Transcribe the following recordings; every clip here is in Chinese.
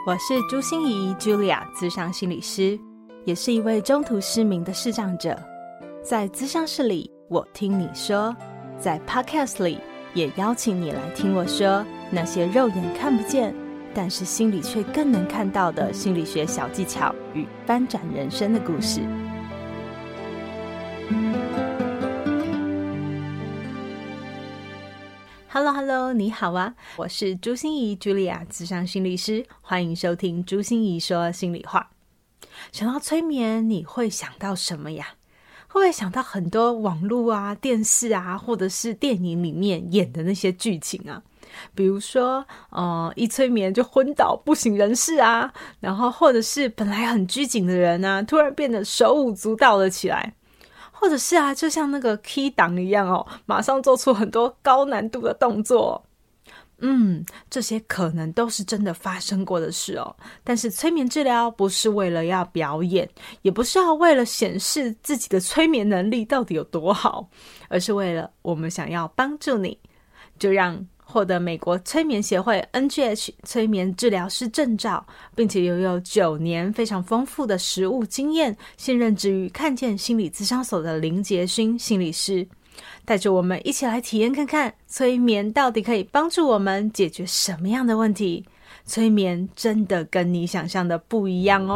我是朱心怡 Julia 諮商心理师，也是一位中途失明的视障者。在諮商室里，我听你说，在 Podcast 里也邀请你来听我说那些肉眼看不见但是心里却更能看到的心理学小技巧与翻转人生的故事。Hello， 你好啊，我是朱心怡 Julia 諮商心理师，欢迎收听朱心怡说心里话。想到催眠，你会想到什么呀？会不会想到很多网络啊、电视啊，或者是电影里面演的那些剧情啊？比如说一催眠就昏倒不省人事啊，然后或者是本来很拘谨的人啊，突然变得手舞足蹈了起来，或者是就像那个 key 档一样马上做出很多高难度的动作。这些可能都是真的发生过的事但是催眠治疗不是为了要表演，也不是要为了显示自己的催眠能力到底有多好，而是为了我们想要帮助你，就让获得美国催眠协会 NGH 催眠治疗师证照，并且拥有9年非常丰富的实务经验，现任职于看见心理咨商所的林杰勋心理师，带着我们一起来体验看看催眠到底可以帮助我们解决什么样的问题。催眠真的跟你想象的不一样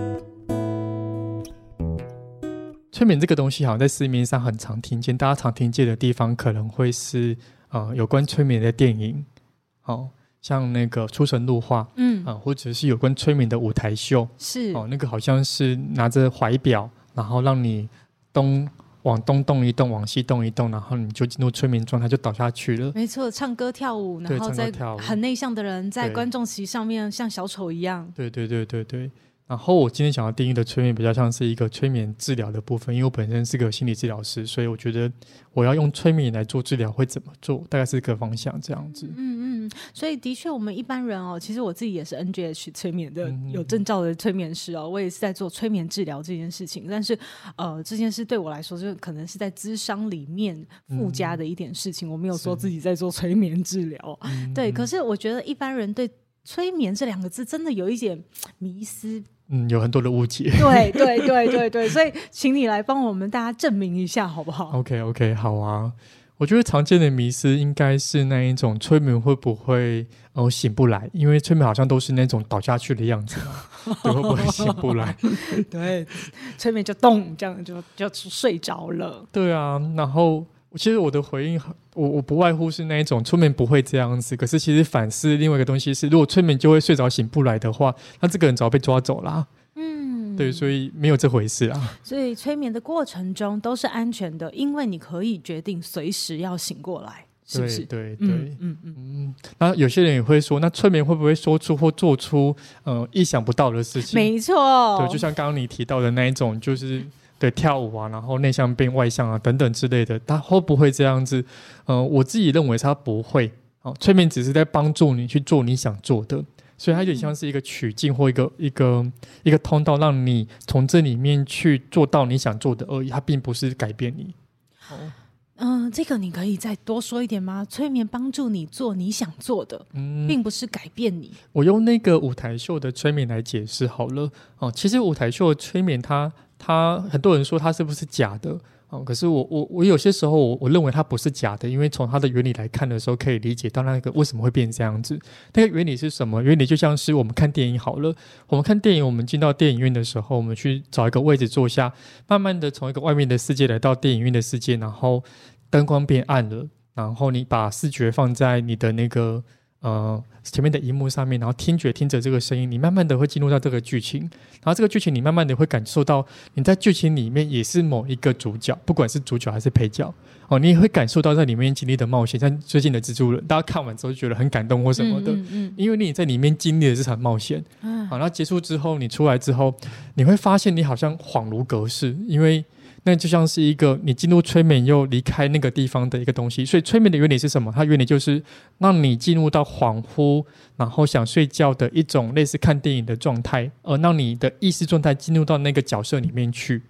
催眠这个东西好像在市面上很常听见，大家常听见的地方可能会是有关催眠的电影，像那个出神入化，或者是有关催眠的舞台秀， 是那个好像是拿着怀表，然后让你往东动一动，往西动一动，然后你就进入催眠状态，就倒下去了。 没错，唱歌跳舞，然后在很内向的人在观众席上面像小丑一样。对。然后我今天想要定义的催眠比较像是一个催眠治疗的部分，因为我本身是个心理治疗师，所以我觉得我要用催眠来做治疗会怎么做，大概是个方向这样子。 所以的确我们一般人其实我自己也是 NGH 催眠的有证照的催眠师我也是在做催眠治疗这件事情，但是这件事对我来说就可能是在諮商里面附加的一点事情，我没有说自己在做催眠治疗。对，可是我觉得一般人对催眠这2个字真的有一点迷思， 有很多的误解。 对，所以请你来帮我们大家证明一下好不好？ OK 好啊。我觉得常见的迷思应该是那一种催眠会不会醒不来，因为催眠好像都是那种倒下去的样子对，会不会醒不来对，催眠就动这样就睡着了。对啊， 然后其实我的回应我不外乎是那一种催眠不会这样子，可是其实反思另外一个东西是，如果催眠就会睡着醒不来的话，那这个人早被抓走啦。对，所以没有这回事啊。 所以催眠的过程中都是安全的，因为你可以决定随时要醒过来，是不是？ 对。那有些人也会说，那催眠会不会说出或做出意想不到的事情？ 没错， 对，就像刚刚你提到的那一种，就是对跳舞啊，然后内向变外向啊等等之类的，他会不会这样子？我自己认为他不会。催眠只是在帮助你去做你想做的。所以它有点像是一个曲径或一个通道，让你从这里面去做到你想做的而已，它并不是改变你。 这个你可以再多说一点吗？催眠帮助你做你想做的，并不是改变你。 我用那个舞台秀的催眠来解释好了。其实舞台秀的催眠它很多人说它是不是假的？可是我有些时候我认为它不是假的，因为从它的原理来看的时候可以理解到那个为什么会变这样子。那个原理是什么？原理就像是我们看电影好了，我们看电影，我们进到电影院的时候，我们去找一个位置坐下，慢慢的从一个外面的世界来到电影院的世界，然后灯光变暗了，然后你把视觉放在你的那个前面的荧幕上面，然后听着这个声音，你慢慢的会进入到这个剧情，然后这个剧情你慢慢的会感受到你在剧情里面也是某一个主角，不管是主角还是配角你也会感受到在里面经历的冒险。像最近的蜘蛛人，大家看完之后就觉得很感动或什么的，因为你在里面经历了这场冒险然后结束之后你出来之后，你会发现你好像恍如隔世，因为那就像是一个你进入催眠又离开那个地方的一个东西。所以催眠的原理是什么？它原理就是让你进入到恍惚然后想睡觉的一种类似看电影的状态，让你的意识状态进入到那个角色里面去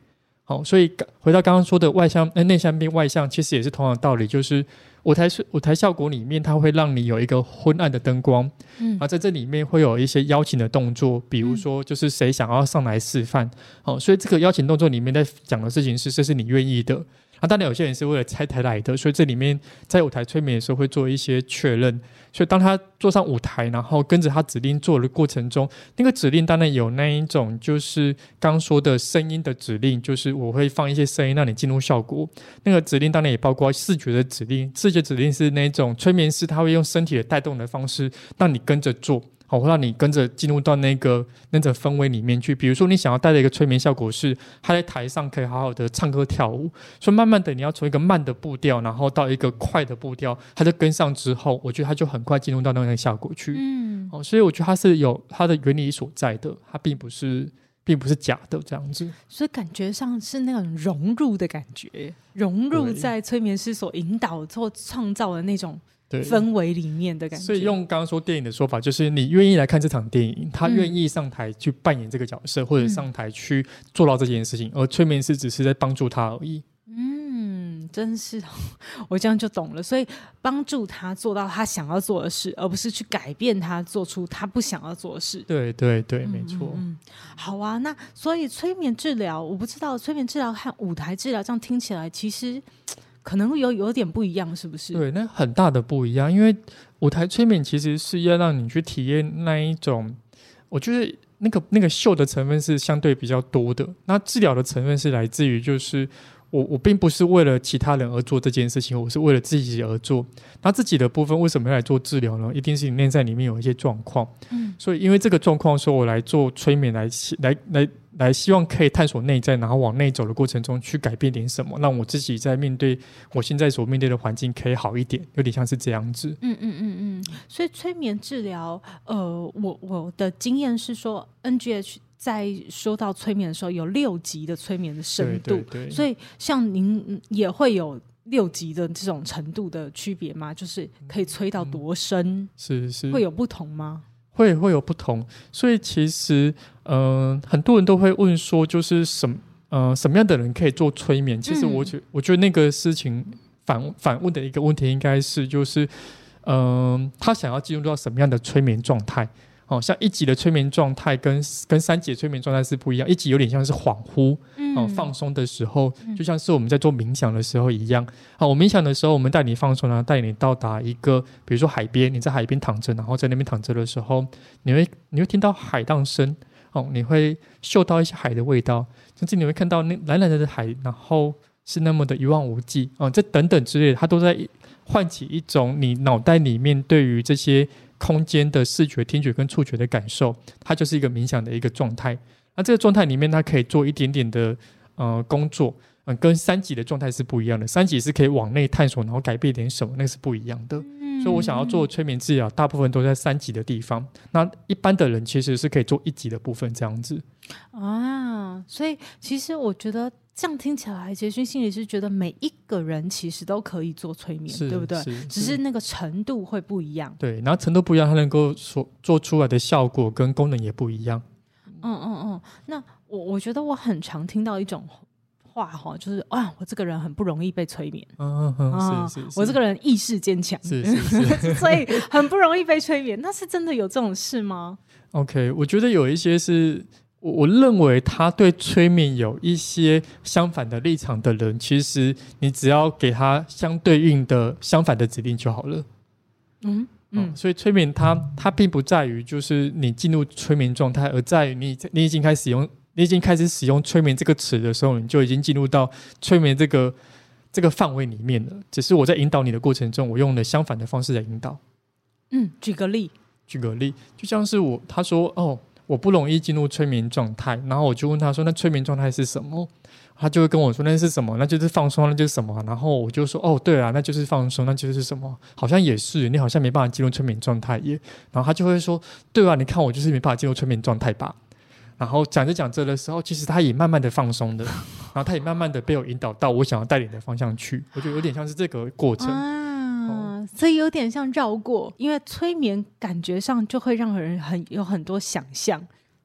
好，所以回到刚刚说的外向内向变外向，其实也是同样的道理，就是舞台效果里面，它会让你有一个昏暗的灯光，然后在这里面会有一些邀请的动作，比如说就是谁想要上来示范，所以这个邀请动作里面在讲的事情是，这是你愿意的。当然有些人是为了拆台来的，所以这里面在舞台催眠的时候会做一些确认，所以当他坐上舞台，然后跟着他指令做的过程中，那个指令当然有那一种就是刚说的声音的指令，就是我会放一些声音让你进入效果，那个指令当然也包括视觉的指令，视觉指令是那种催眠师他会用身体的带动的方式让你跟着做，好，会让你跟着进入到那个氛围里面去。比如说你想要带的一个催眠效果是他在台上可以好好的唱歌跳舞，所以慢慢的你要从一个慢的步调然后到一个快的步调，他就跟上之后，我觉得他就很快进入到那个效果去。所以我觉得它是有它的原理所在的，它并不是假的这样子， 所以感觉上是那种融入的感觉，融入在催眠师所引导或创造的那种氛围里面的感觉。 所以用刚刚说电影的说法，就是你愿意来看这场电影，他愿意上台去扮演这个角色，或者上台去做到这件事情，而催眠师只是在帮助他而已。 真是我这样就懂了，所以帮助他做到他想要做的事，而不是去改变他做出他不想要做的事。 对对对，没错。 好啊，那所以催眠治疗，我不知道催眠治疗和舞台治疗这样听起来其实可能有点不一样，是不是？ 对，那很大的不一样，因为舞台催眠其实是要让你去体验那一种，我觉得那个秀的成分是相对比较多的，那治疗的成分是来自于就是我并不是为了其他人而做这件事情，我是为了自己而做。那自己的部分为什么要来做治疗呢？一定是你内在里面有一些状况，所以因为这个状况，说我来做催眠来希望可以探索内在，然后往内走的过程中去改变点什么，让我自己在面对我现在所面对的环境可以好一点，有点像是这样子。 所以催眠治疗，我的经验是说 NGH。在说到催眠的时候，有6级的催眠的深度，对，所以像您也会有6级的这种程度的区别吗？就是可以催到多深？是会有不同吗？ 会有不同，所以其实很多人都会问说，就是什么样的人可以做催眠？其实我觉得那个事情反问的一个问题应该是就是他想要进入到什么样的催眠状态？像1级的催眠状态跟3级的催眠状态是不一样。1级有点像是恍惚，放松的时候，就像是我们在做冥想的时候一样。我冥想的时候，我们带你放松，然后带你到达一个，比如说海边，你在海边躺着，然后在那边躺着的时候，你会听到海浪声，你会嗅到一些海的味道，甚至你会看到那蓝蓝的海，然后是那么的一望无际，这等等之类的，它都在唤起一种你脑袋里面对于这些空间的视觉、听觉跟触觉的感受，它就是一个冥想的一个状态。那这个状态里面，它可以做一点点的工作，跟3级的状态是不一样的。3级是可以往内探索，然后改变点什么，那是不一样的。所以我想要做催眠治疗，大部分都在3级的地方。那一般的人其实是可以做1级的部分，这样子啊。所以其实我觉得这样听起来，杰勋心理师觉得每一个人其实都可以做催眠，对不对？只是那个程度会不一样。 对，然后程度不一样，它能够所做出来的效果跟功能也不一样。 那我觉得我很常听到一种话就是我这个人很不容易被催眠。是我这个人意识坚强，是所以很不容易被催眠。那是真的有这种事吗？ OK， 我觉得有一些是我认为他对催眠有一些相反的立场的人，其实你只要给他相对应的相反的指令就好了。所以催眠它并不在于就是你进入催眠状态，而在于你已经开始使用催眠这个词的时候，你就已经进入到催眠这个范围里面了。只是我在引导你的过程中，我用了相反的方式来引导。 举个例， 就像是他说我不容易进入催眠状态，然后我就问他说那催眠状态是什么？他就会跟我说那是什么？那就是放松，那就是什么？然后我就说对啊，那就是放松，那就是什么？好像也是，你好像没办法进入催眠状态耶。然后他就会说对啊，你看我就是没办法进入催眠状态吧。然后讲着的时候，其实他也慢慢的放松的，然后他也慢慢的被我引导到我想要带领的方向去。我觉得有点像是这个过程所以有点像绕过，因为催眠感觉上就会让人有很多想象。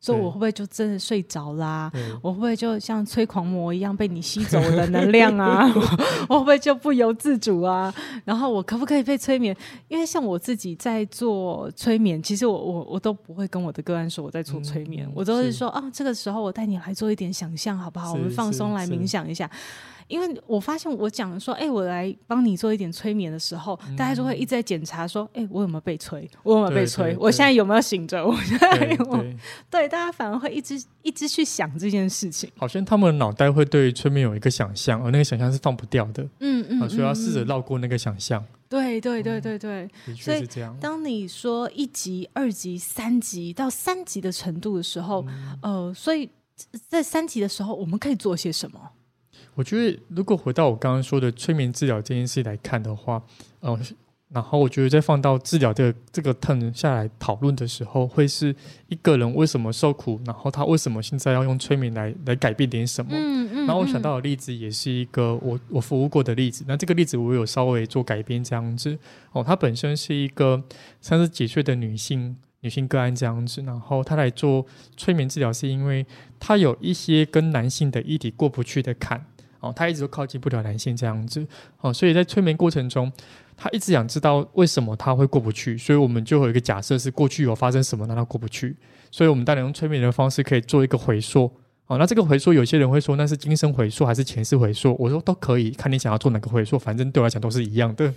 说我会不会就真的睡着啦？我会不会就像催狂魔一样被你吸走我的能量啊？我会不会就不由自主啊？然后我可不可以被催眠？因为像我自己在做催眠，其实我都不会跟我的个案说我在做催眠，我都是说啊，这个时候我带你来做一点想象好不好？我们放松来冥想一下。因为我发现我讲说我来帮你做一点催眠的时候，大家就会一直在检查说我有没有被催，我有没有被催，我现在有没有醒着，我现在有没有对，大家反而会一直去想这件事情， 好像他们的脑袋会对催眠有一个想象，而那个想象是放不掉的，所以要试着绕过那个想象。 对， 的确是这样。 当你说1级、2级、3级到3级的程度的时候，所以在3级的时候，我们可以做些什么？ 我觉得如果回到我刚刚说的催眠治疗这件事来看的话，然后我觉得再放到治疗这个 turn 下来讨论的时候，会是一个人为什么受苦，然后他为什么现在要用催眠来改变点什么。然后我想到的例子也是一个我服务过的例子，那这个例子我有稍微做改编这样子。她本身是一个30几岁的女性个案这样子，然后她来做催眠治疗是因为她有一些跟男性的议题过不去的坎。他一直都靠近不了男性这样子，所以在催眠过程中，他一直想知道为什么他会过不去，所以我们就有一个假设是过去有发生什么让他过不去，所以我们当然用催眠的方式可以做一个回溯。那这个回溯有些人会说那是今生回溯还是前世回溯，我说都可以，看你想要做哪个回溯，反正对我来讲都是一样的。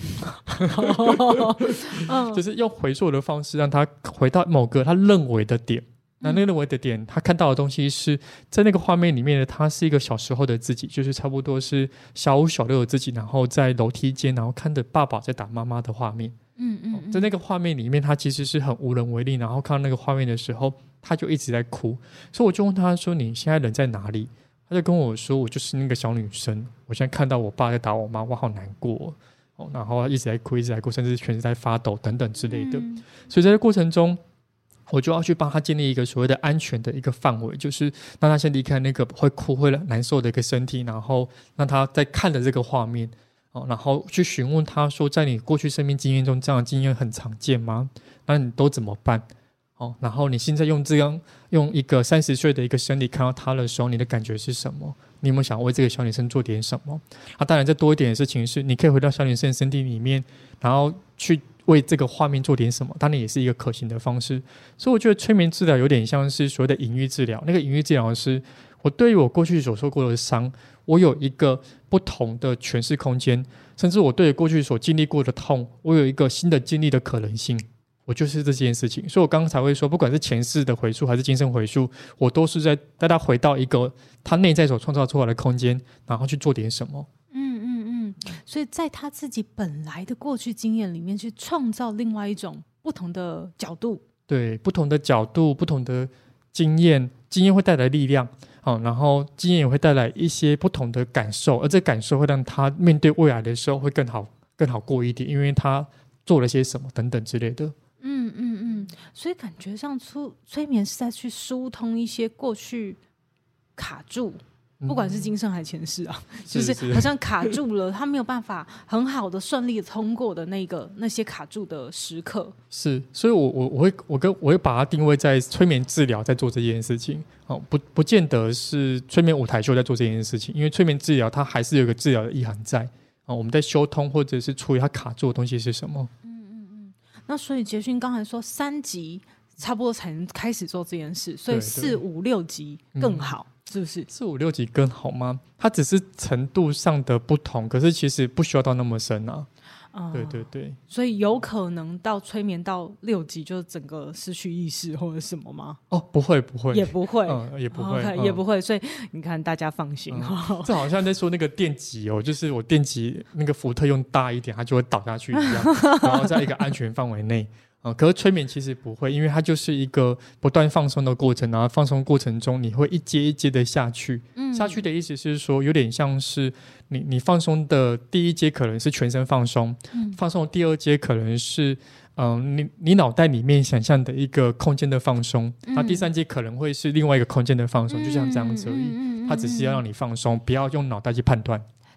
就是用回溯的方式让他回到某个他认为的点，那个认为的点，他看到的东西是在那个画面里面的，他是一个小时候的自己，就是差不多是小5、小6的自己，然后在楼梯间，然后看着爸爸在打妈妈的画面。在那个画面里面，他其实是很无能为力，然后看到那个画面的时候，他就一直在哭。所以我就问他说：“你现在人在哪里？”他就跟我说：“我就是那个小女生，我现在看到我爸在打我妈，我好难过。”然后一直在哭，一直在哭，甚至全身在发抖等等之类的。所以在这个过程中，我就要去帮他建立一个所谓的安全的一个范围，就是让他先离开那个会哭会难受的一个身体，然后让他在看着这个画面，然后去询问他说，在你过去生命经验中，这样的经验很常见吗？那你都怎么办？然后你现在用一个30岁的一个生理看到他的时候，你的感觉是什么？你有没有想为这个小女生做点什么？当然再多一点的事情是，你可以回到小女生的身体里面，然后去为这个画面做点什么，当然也是一个可行的方式。所以我觉得催眠治疗有点像是所谓的隐喻治疗。那个隐喻治疗是我对于我过去所受过的伤，我有一个不同的诠释空间，甚至我对于过去所经历过的痛，我有一个新的经历的可能性。我就是这件事情，所以我刚刚才会说，不管是前世的回溯还是今生回溯，我都是在带他回到一个他内在所创造出来的空间，然后去做点什么。 所以在他自己本来的过去经验里面去创造另外一种不同的角度。 对，不同的角度，不同的经验会带来力量，然后经验也会带来一些不同的感受，而这感受会让他面对未来的时候会更好过一点，因为他做了些什么等等之类的。 所以感觉上催眠是在去疏通一些过去卡住，不管是今生还是前世啊，就是好像卡住了，他没有办法很好的顺利的通过的那些卡住的时刻。是， 所以我会把它定位在催眠治疗在做这件事情，不见得是催眠舞台秀在做这件事情，因为催眠治疗它还是有一个治疗的意涵在，我们在修通或者是处理它卡住的东西是什么。 那所以杰勋刚才说3级差不多才能开始做这件事，所以4、5、6级更好，是不是 ？4、5、6级更好吗？它只是程度上的不同，可是其实不需要到那么深啊。对， 所以有可能到催眠到6级就整个失去意识或者什么吗？ 不会， 也不会， 也不会， 也不会。所以你看，大家放心。 这好像在说那个电击就是我电击那个伏特用大一点，它就会倒下去一样，然后在一个安全范围内。可是催眠其实不会，因为它就是一个不断放松的过程，然后放松过程中你会一阶一阶的下去。下去的意思是说有点像是你放松的第一阶可能是全身放松，放松的第2阶可能是你脑袋里面想象的一个空间的放松，那第3阶可能会是另外一个空间的放松，就像这样子而已。它只是要让你放松，不要用脑袋去判断。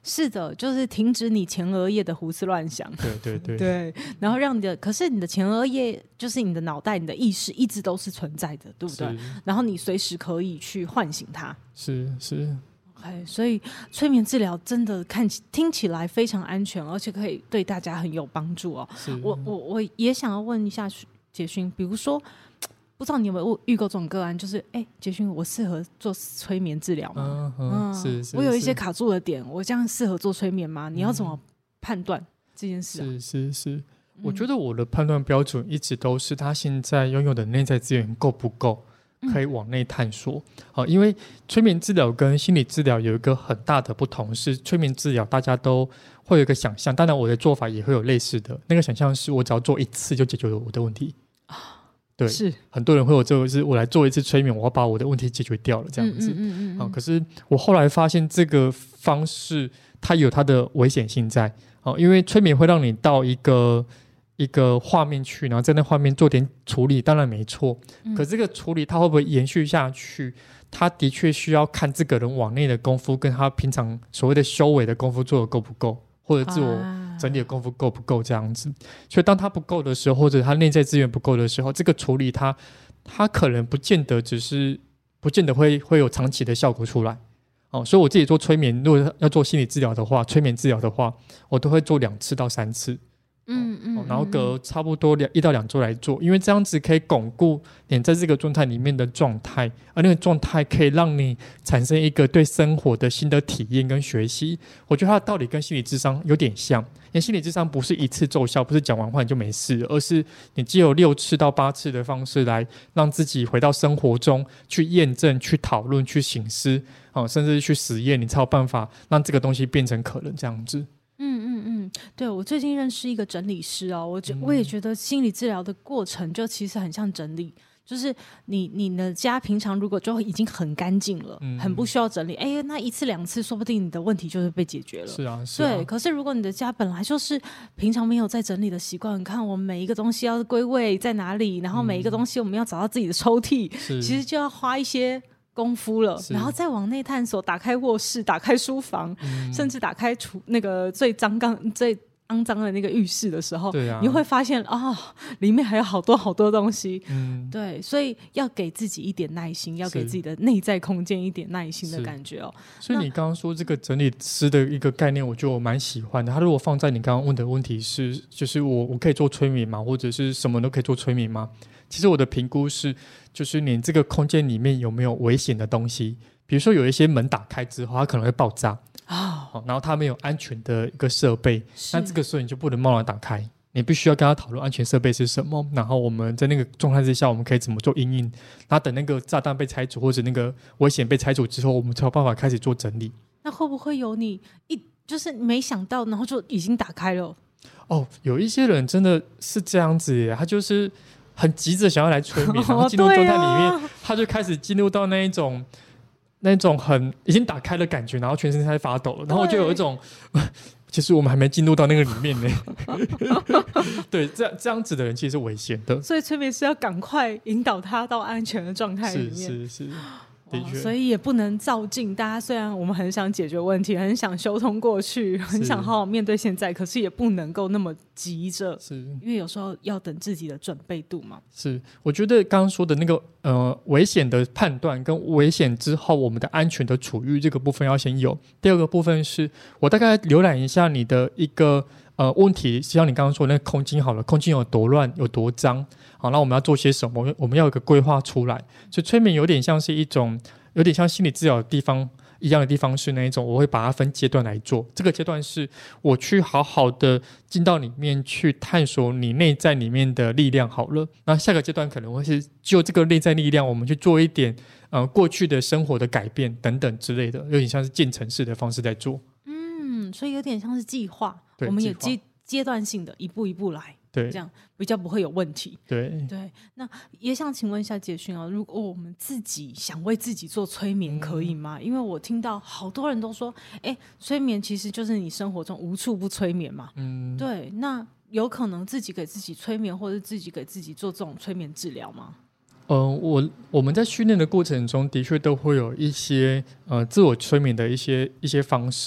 是的，就是停止你前额叶的胡思乱想。 对， 然后让可是你的前额叶就是你的脑袋，你的意识一直都是存在的，对不对？然后你随时可以去唤醒它。 是。 Okay, 所以催眠治疗真的听起来非常安全，而且可以对大家很有帮助哦。我也想要问一下杰勋，比如说不知道你有没有遇过这种个案，就是杰勋，我适合做催眠治疗吗？是我有一些卡住的点，我这样适合做催眠吗？你要怎么判断这件事是我觉得我的判断标准一直都是他现在拥有的内在资源够不够可以往内探索。因为催眠治疗跟心理治疗有一个很大的不同，是催眠治疗大家都会有一个想象，当然我的做法也会有类似的那个想象，是我只要做一次就解决了我的问题。对，是很多人会有这个，是我来做一次催眠，我要把我的问题解决掉了这样子。可是我后来发现这个方式它有它的危险性在。因为催眠会让你到一个画面去，然后在那画面做点处理，当然没错。可这个处理它会不会延续下去，它的确需要看这个人往内的功夫跟他平常所谓的修为的功夫做的够不够，或者自我整理的功夫够不够这样子。所以当他不够的时候，或者他内在资源不够的时候，这个处理他可能不见得会有长期的效果出来。所以我自己做催眠，如果要做心理治疗的话，催眠治疗的话，我都会做2次到3次。然后隔差不多1到2周来做，因为这样子可以巩固你在这个状态里面的状态，而那个状态可以让你产生一个对生活的新的体验跟学习。我觉得它的道理跟心理諮商有点像，因为心理諮商不是一次奏效，不是讲完话你就没事，而是你藉由6次到8次的方式来让自己回到生活中去验证、去讨论、去省思，甚至去实验，你才有办法让这个东西变成可能这样子。 对，我最近认识一个整理师哦，我也觉得心理治疗的过程就其实很像整理，就是你的家平常如果就已经很干净了，很不需要整理，那1次2次说不定你的问题就是被解决了。 是啊， 对。可是如果你的家本来就是平常没有在整理的习惯，你看我们每一个东西要归位在哪里，然后每一个东西我们要找到自己的抽屉，其实就要花一些功夫了，然后再往内探索，打开卧室，打开书房，甚至打开那个最肮脏的那个浴室的时候，你会发现里面还有好多好多东西。对，所以要给自己一点耐心，要给自己的内在空间一点耐心的感觉哦。 所以你刚刚说这个整理师的一个概念，我觉得我蛮喜欢的。他如果放在你刚刚问的问题是，就是我可以做催眠吗？或者是什么都可以做催眠吗？其实我的评估是，就是你这个空间里面有没有危险的东西，比如说有一些门打开之后它可能会爆炸。然后它没有安全的一个设备，那这个时候你就不能贸然打开，你必须要跟他讨论安全设备是什么，然后我们在那个状态之下我们可以怎么做因应，然后等那个炸弹被拆除或者那个危险被拆除之后，我们才有办法开始做整理。 那会不会有你就是没想到然后就已经打开了？ 有一些人真的是这样子耶，他就是很急着想要来催眠，然后进入状态里面他就开始进入到那种很已经打开的感觉，然后全身在发抖了，然后我就有一种其实我们还没进入到那个里面呢。对，这样子的人其实是危险的， 所以催眠师要赶快引导他到安全的状态里面。 是的确， 所以也不能照进。大家虽然我们很想解决问题，很想修通过去，很想好好面对现在，可是也不能够那么急着，因为有时候要等自己的准备度嘛。 是，我觉得刚刚说的那个危险的判断跟危险之后我们的安全的处遇这个部分要先有。第二个部分是我大概浏览一下你的一个问题，像你刚刚说的那个空间好了，空间有多乱有多脏，好，那我们要做些什么？我们要有一个规划出来。所以催眠有点像是一种，有点像心理治疗的地方一样的地方是那一种，我会把它分阶段来做。这个阶段是我去好好的进到里面去探索你内在里面的力量好了。那下个阶段可能会是就这个内在力量，我们去做一点过去的生活的改变等等之类的，有点像是渐层式的方式在做。 所以有点像是计划，我们也阶段性的一步一步来，对，这样比较不会有问题。对，那也想请问一下杰勋啊，如果我们自己想为自己做催眠，可以吗？因为我听到好多人都说，催眠其实就是你生活中无处不催眠嘛。对，那有可能自己给自己催眠，或者自己给自己做这种催眠治疗吗？ 我们在训练的过程中的确都会有一些自我催眠的一些方式。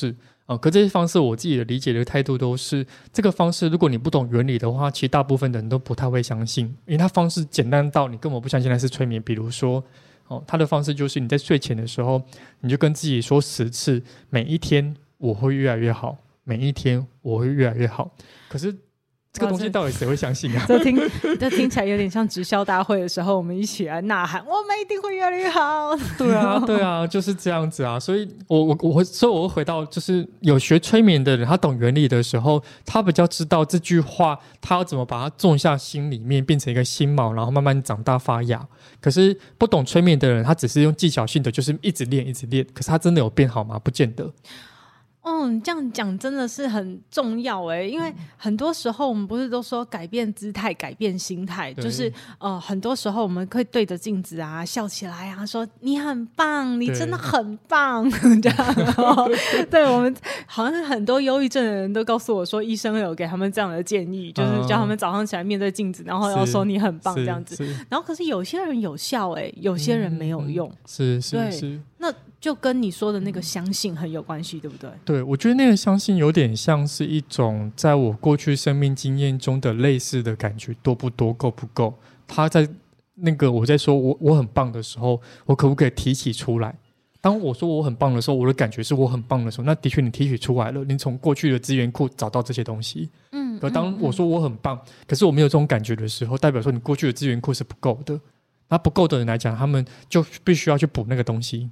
可这些方式我自己的理解的态度都是，这个方式如果你不懂原理的话，其实大部分的人都不太会相信，因为它方式简单到你根本不相信它是催眠。比如说它的方式就是你在睡前的时候，你就跟自己说10次，每一天我会越来越好，每一天我会越来越好。可是这个东西到底谁会相信啊？ 这听起来有点像直销大会的时候，我们一起来呐喊，我们一定会越来越好。 对啊，就是这样子啊。所以我会回到，就是有学催眠的人，他懂原理的时候，他比较知道这句话他要怎么把它种下心里面，变成一个心锚，然后慢慢长大发芽。可是不懂催眠的人，他只是用技巧性的，就是一直练，可是他真的有变好吗？不见得。 你这样讲真的是很重要因为很多时候我们不是都说改变姿态改变心态，就是很多时候我们会对着镜子啊笑起来啊，说你很棒，你真的很棒这样对，我们好像很多忧郁症的人都告诉我说，医生有给他们这样的建议，就是叫他们早上起来面对镜子，然后要说你很棒这样子。然后可是有些人有效有些人没有用。是那就跟你说的那个相信很有关系，对不对？ 对，我觉得那个相信有点像是一种在我过去生命经验中的类似的感觉，多不多，够不够。他在那个我在说我很棒的时候，我可不可以提起出来？当我说我很棒的时候，我的感觉是我很棒的时候，那的确你提取出来了，你从过去的资源库找到这些东西。可当我说我很棒，可是我没有这种感觉的时候，代表说你过去的资源库是不够的。那不够的人来讲，他们就必须要去补那个东西。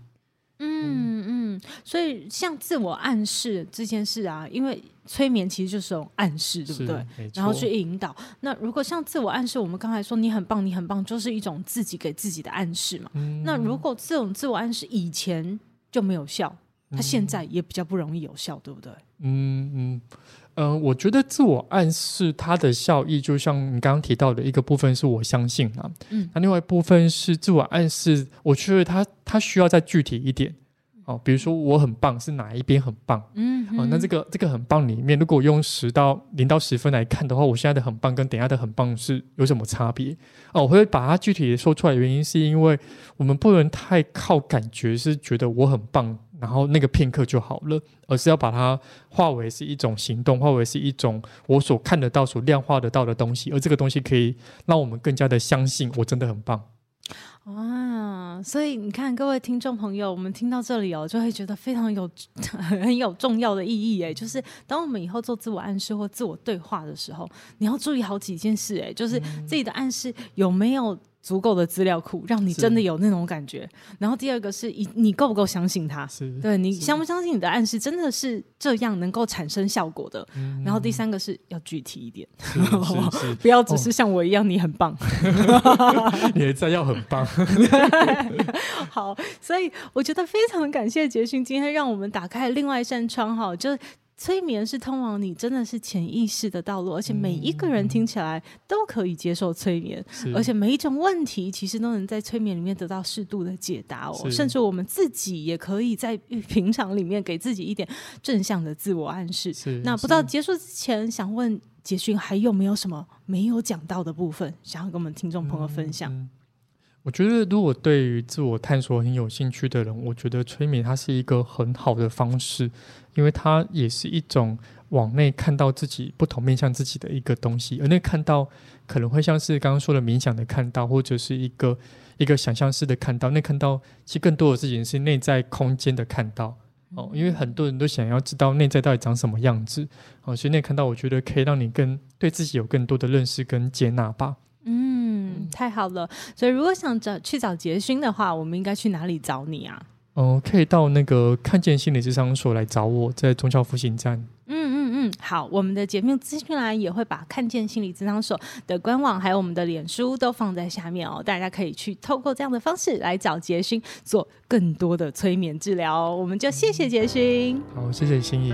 所以像自我暗示这件事啊，因为催眠其实就是种暗示，对不对？然后去引导。那如果像自我暗示，我们刚才说你很棒你很棒，就是一种自己给自己的暗示嘛。那如果这种自我暗示以前就没有效，它现在也比较不容易有效，对不对？ 我觉得自我暗示它的效益，就像你刚刚提到的一个部分是我相信啊，那另外一部分是自我暗示，我觉得它需要再具体一点。比如说我很棒是哪一边很棒，那这个很棒里面，如果我用0到10分来看的话，我现在的很棒跟等一下的很棒是有什么差别？我会把它具体的说出来，原因是因为我们不能太靠感觉，是觉得我很棒，然后那个片刻就好了，而是要把它化为是一种行动，化为是一种我所看得到、所量化得到的东西，而这个东西可以让我们更加的相信我真的很棒。 所以你看各位听众朋友，我们听到这里就会觉得非常很有重要的意义就是当我们以后做自我暗示或自我对话的时候，你要注意好几件事就是自己的暗示有没有足够的资料库让你真的有那种感觉，然后第二个是你够不够相信它，对，你相不相信你的暗示真的是这样能够产生效果的，然后第三个是要具体一点，不要只是像我一样你很棒你的赞要很棒好，所以我觉得非常感谢杰勋今天让我们打开另外一扇窗就是催眠是通往你真的是潜意识的道路，而且每一个人听起来都可以接受催眠，而且每一种问题其实都能在催眠里面得到适度的解答甚至我们自己也可以在平常里面给自己一点正向的自我暗示。那不知道结束之前想问杰勋还有没有什么没有讲到的部分想要跟我们听众朋友分享？ 我觉得如果对于自我探索很有兴趣的人，我觉得催眠它是一个很好的方式，因为它也是一种往内看到自己不同面向自己的一个东西，而那看到可能会像是刚刚说的冥想的看到，或者是一个想象式的看到，那看到其实更多的事情是内在空间的看到因为很多人都想要知道内在到底长什么样子所以那看到我觉得可以让你对自己有更多的认识跟接纳吧。 太好了。所以如果想去找杰勋的话，我们应该去哪里找你啊？ 可以到那个看见心理咨商所来找我，在忠孝复兴站。 好，我们的节目资讯栏也会把看见心理咨商所的官网还有我们的脸书都放在下面大家可以去透过这样的方式来找杰勋做更多的催眠治疗我们就谢谢杰勋。 好，谢谢心怡。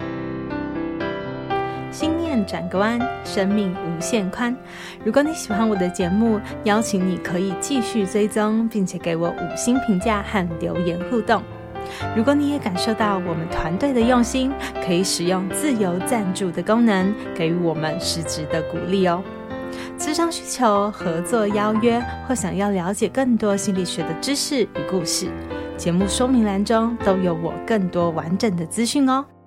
心念转个弯，生命无限宽。如果你喜欢我的节目，邀请你可以继续追踪，并且给我5星评价和留言互动。如果你也感受到我们团队的用心，可以使用自由赞助的功能，给予我们实质的鼓励咨商需求、合作邀约，或想要了解更多心理学的知识与故事，节目说明栏中都有我更多完整的资讯